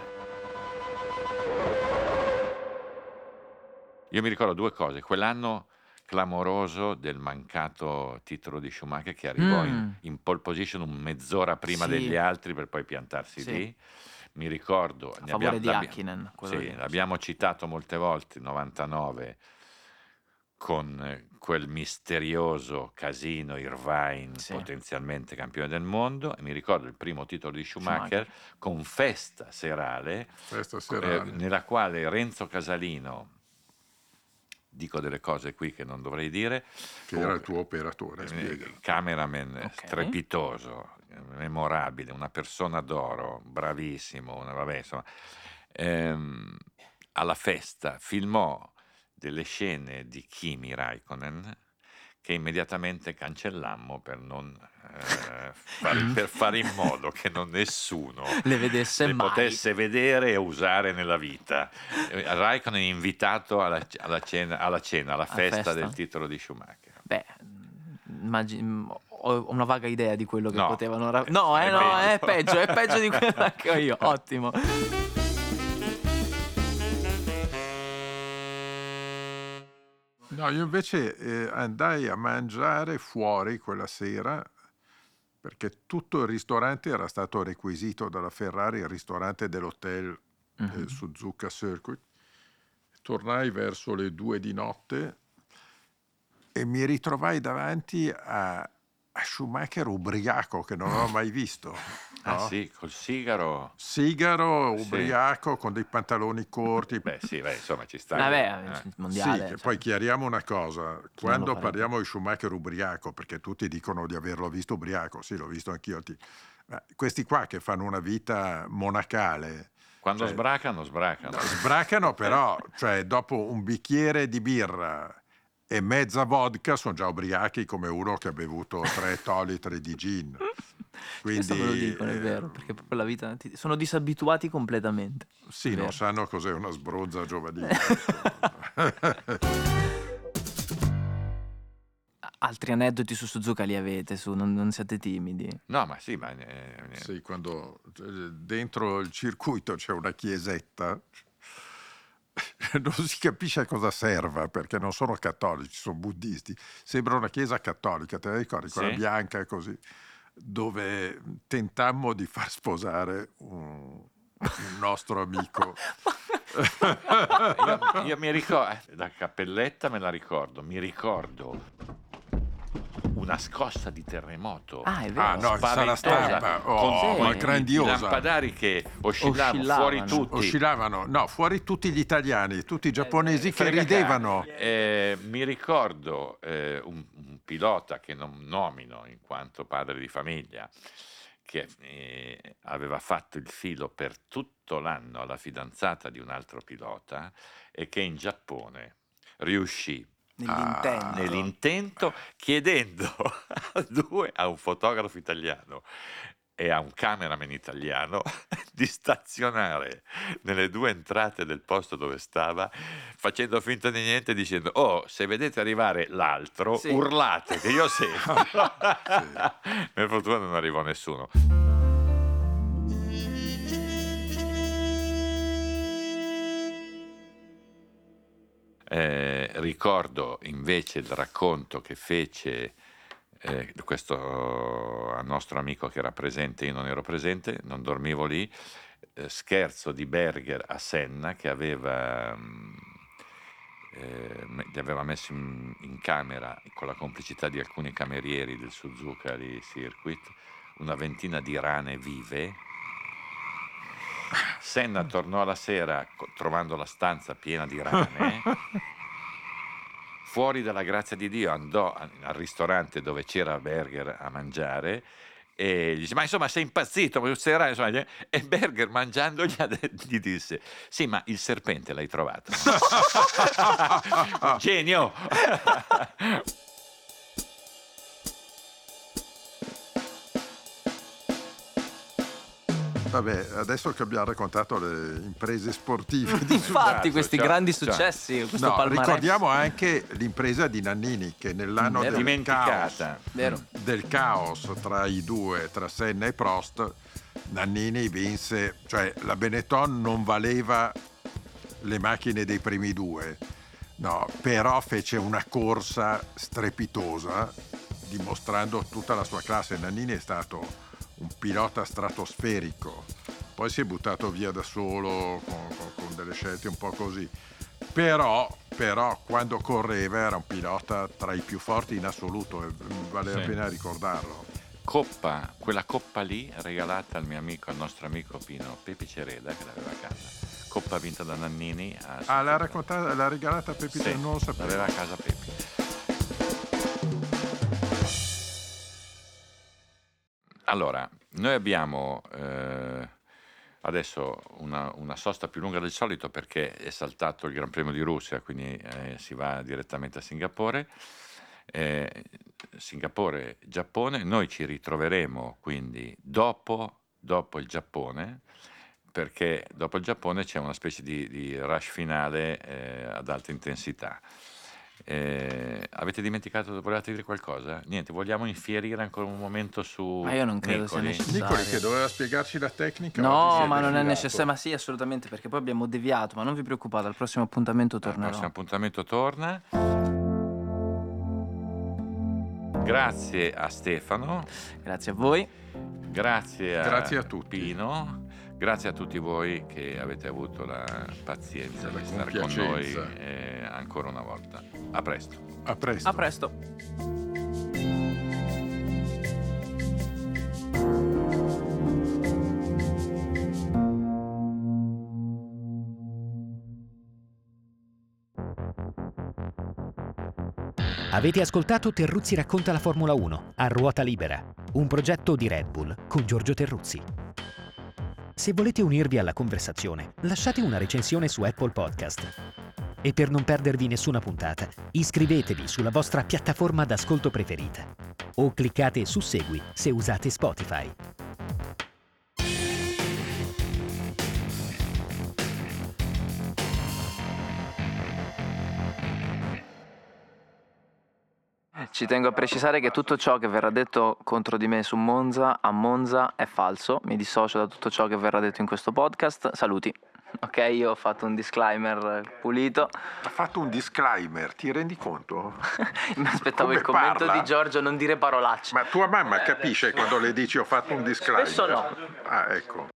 Io mi ricordo due cose, quell'anno clamoroso del mancato titolo di Schumacher che arrivò in, Mm. in pole position un mezz'ora prima Sì. degli altri per poi piantarsi Sì. lì. Mi ricordo, A ne favore abbiamo- di l'abbi- Hakkinen, quello sì, lì, l'abbiamo citato molte volte, il novantanove, con eh, quel misterioso casino Irvine, Sì. potenzialmente campione del mondo, e mi ricordo il primo titolo di Schumacher, Schumacher. con festa serale, Festa eh, serale. nella quale Renzo Casalino dico delle cose qui che non dovrei dire. Che era il tuo operatore, spiegalo. Cameraman Ok. strepitoso, memorabile, una persona d'oro, bravissimo, una, vabbè, insomma, ehm, alla festa filmò delle scene di Kimi Räikkönen che immediatamente cancellammo per non eh, fare, per fare in modo che non nessuno Le vedesse le mai. potesse vedere e usare nella vita. Eh, Räikkönen è invitato alla, alla cena, alla, cena, alla festa, festa. del titolo di Schumacher. Beh, immagini, ho una vaga idea di quello che No. potevano ra- no, eh, È no, è peggio. peggio, è peggio di quello che ho io. Ottimo. No, io invece eh, andai a mangiare fuori quella sera perché tutto il ristorante era stato requisito dalla Ferrari, il ristorante dell'hotel eh, Mhm. Suzuka Circuit. Tornai verso le due di notte e mi ritrovai davanti a, a Schumacher ubriaco che non avevo mai visto. Ah no? sì, col sigaro. Sigaro, Sì. ubriaco, con dei pantaloni corti. Beh sì, beh, insomma ci sta. Vabbè, Eh. il mondiale. Sì, che cioè. poi chiariamo una cosa, quando farebbe? parliamo di Schumacher ubriaco, perché tutti dicono di averlo visto ubriaco, sì, l'ho visto anch'io, ti- ma questi qua che fanno una vita monacale, Quando cioè, sbracano, sbracano. sbracano però, cioè dopo un bicchiere di birra e mezza vodka sono già ubriachi come uno che ha bevuto tre ettolitri di gin. Questo me lo dicono, è eh, vero, perché proprio la vita ti- sono disabituati completamente. Sì, È non vero. sanno cos'è una sbronza giovanile. Altri aneddoti su Suzuka li avete, su, non, non siate timidi. No, ma sì, ma eh, eh, Sì, quando eh, dentro il circuito c'è una chiesetta, non si capisce a cosa serva perché non sono cattolici, sono buddisti. Sembra una chiesa cattolica, te la ricordi? Quella Sì. bianca e così, dove tentammo di far sposare un, un nostro amico. io, io mi ricordo, la cappelletta me la ricordo, mi ricordo una scossa di terremoto. Ah, è vero. Ah, no, in sala spaventosa, stampa, con oh, sì. ma i- grandiosa. i lampadari che oscillavano, Oscillavano. fuori tutti. Oscillavano, no, fuori tutti gli italiani, tutti i giapponesi che Frega ridevano. cazzo. Eh, mi ricordo eh, un, un pilota che non nomino in quanto padre di famiglia, che eh, aveva fatto il filo per tutto l'anno alla fidanzata di un altro pilota e che in Giappone riuscì Nell'intento. Ah. nell'intento, chiedendo a due, a un fotografo italiano e a un cameraman italiano di stazionare nelle due entrate del posto dove stava, facendo finta di niente, dicendo: oh, se vedete arrivare l'altro, Sì. urlate che io sento. Per fortuna non arrivò nessuno. Eh, ricordo invece il racconto che fece eh, questo al nostro amico che era presente, io non ero presente, non dormivo lì, eh, scherzo di Berger a Senna che aveva, mm, eh, me- gli aveva messo in, in camera con la complicità di alcuni camerieri del Suzuka di Circuit una ventina di rane vive. Senna tornò alla sera co- trovando la stanza piena di rane. Fuori dalla grazia di Dio andò a- al ristorante dove c'era Berger a mangiare e gli disse: ma insomma sei impazzito, ma queste rane, insomma, gli- e Berger mangiando gli, ha de- gli disse: sì, ma il serpente l'hai trovato. Genio. Vabbè, adesso che abbiamo raccontato le imprese sportive di Infatti, Esatto, questi cioè, grandi cioè. successi, questo No, palmarès. ricordiamo anche l'impresa di Nannini che nell'anno Vero. del Dimenticata. caos, Vero. del caos tra i due, tra Senna e Prost, Nannini vinse, cioè la Benetton non valeva le macchine dei primi due, no, però fece una corsa strepitosa dimostrando tutta la sua classe. Nannini è stato un pilota stratosferico, poi si è buttato via da solo con, con- con delle scelte un po' così, però, però quando correva era un pilota tra i più forti in assoluto e vale Sì. la pena ricordarlo. Coppa, quella coppa lì regalata al mio amico, al nostro amico Pino Pepe Cereda, che l'aveva a casa, coppa vinta da Nannini. A Ah, l'ha, raccontata, l'ha regalata a Pepito, sì, non lo sapevo. l'aveva a casa Pepi. Allora, noi abbiamo eh, adesso una, una sosta più lunga del solito perché è saltato il Gran Premio di Russia, quindi eh, si va direttamente a Singapore. Eh, Singapore, Giappone, noi ci ritroveremo quindi dopo, dopo il Giappone, perché dopo il Giappone c'è una specie di, di rush finale eh, ad alta intensità. Eh, avete dimenticato, volevate dire qualcosa? Niente, vogliamo infierire ancora un momento su Ma io non credo sia Nicoli? necessario. Nicoli che doveva spiegarci la tecnica. No, oggi si ma non è defilato. necessario, ma sì, assolutamente, perché poi abbiamo deviato, ma non vi preoccupate, al prossimo appuntamento Al tornerò. prossimo appuntamento torna. Grazie a Stefano, Grazie a voi. grazie a, Grazie a tutti. Pino, grazie a tutti voi che avete avuto la pazienza La di stare con noi compiacenza. eh, ancora una volta. A presto. A presto. A presto. Avete ascoltato Terruzzi racconta la Formula uno a ruota libera, un progetto di Red Bull con Giorgio Terruzzi. Se volete unirvi alla conversazione, lasciate una recensione su Apple Podcast. E per non perdervi nessuna puntata, iscrivetevi sulla vostra piattaforma d'ascolto preferita o cliccate su Segui se usate Spotify. Ci tengo a precisare che tutto ciò che verrà detto contro di me su Monza, a Monza, è falso. Mi dissocio da tutto ciò che verrà detto in questo podcast. Saluti. Ok, io ho fatto un disclaimer pulito. Ha fatto un disclaimer, ti rendi conto? Mi aspettavo Come il commento parla? di Giorgio, non dire parolacce. Ma tua mamma capisce quando le dici ho fatto un disclaimer? Spesso no. Ah, ecco.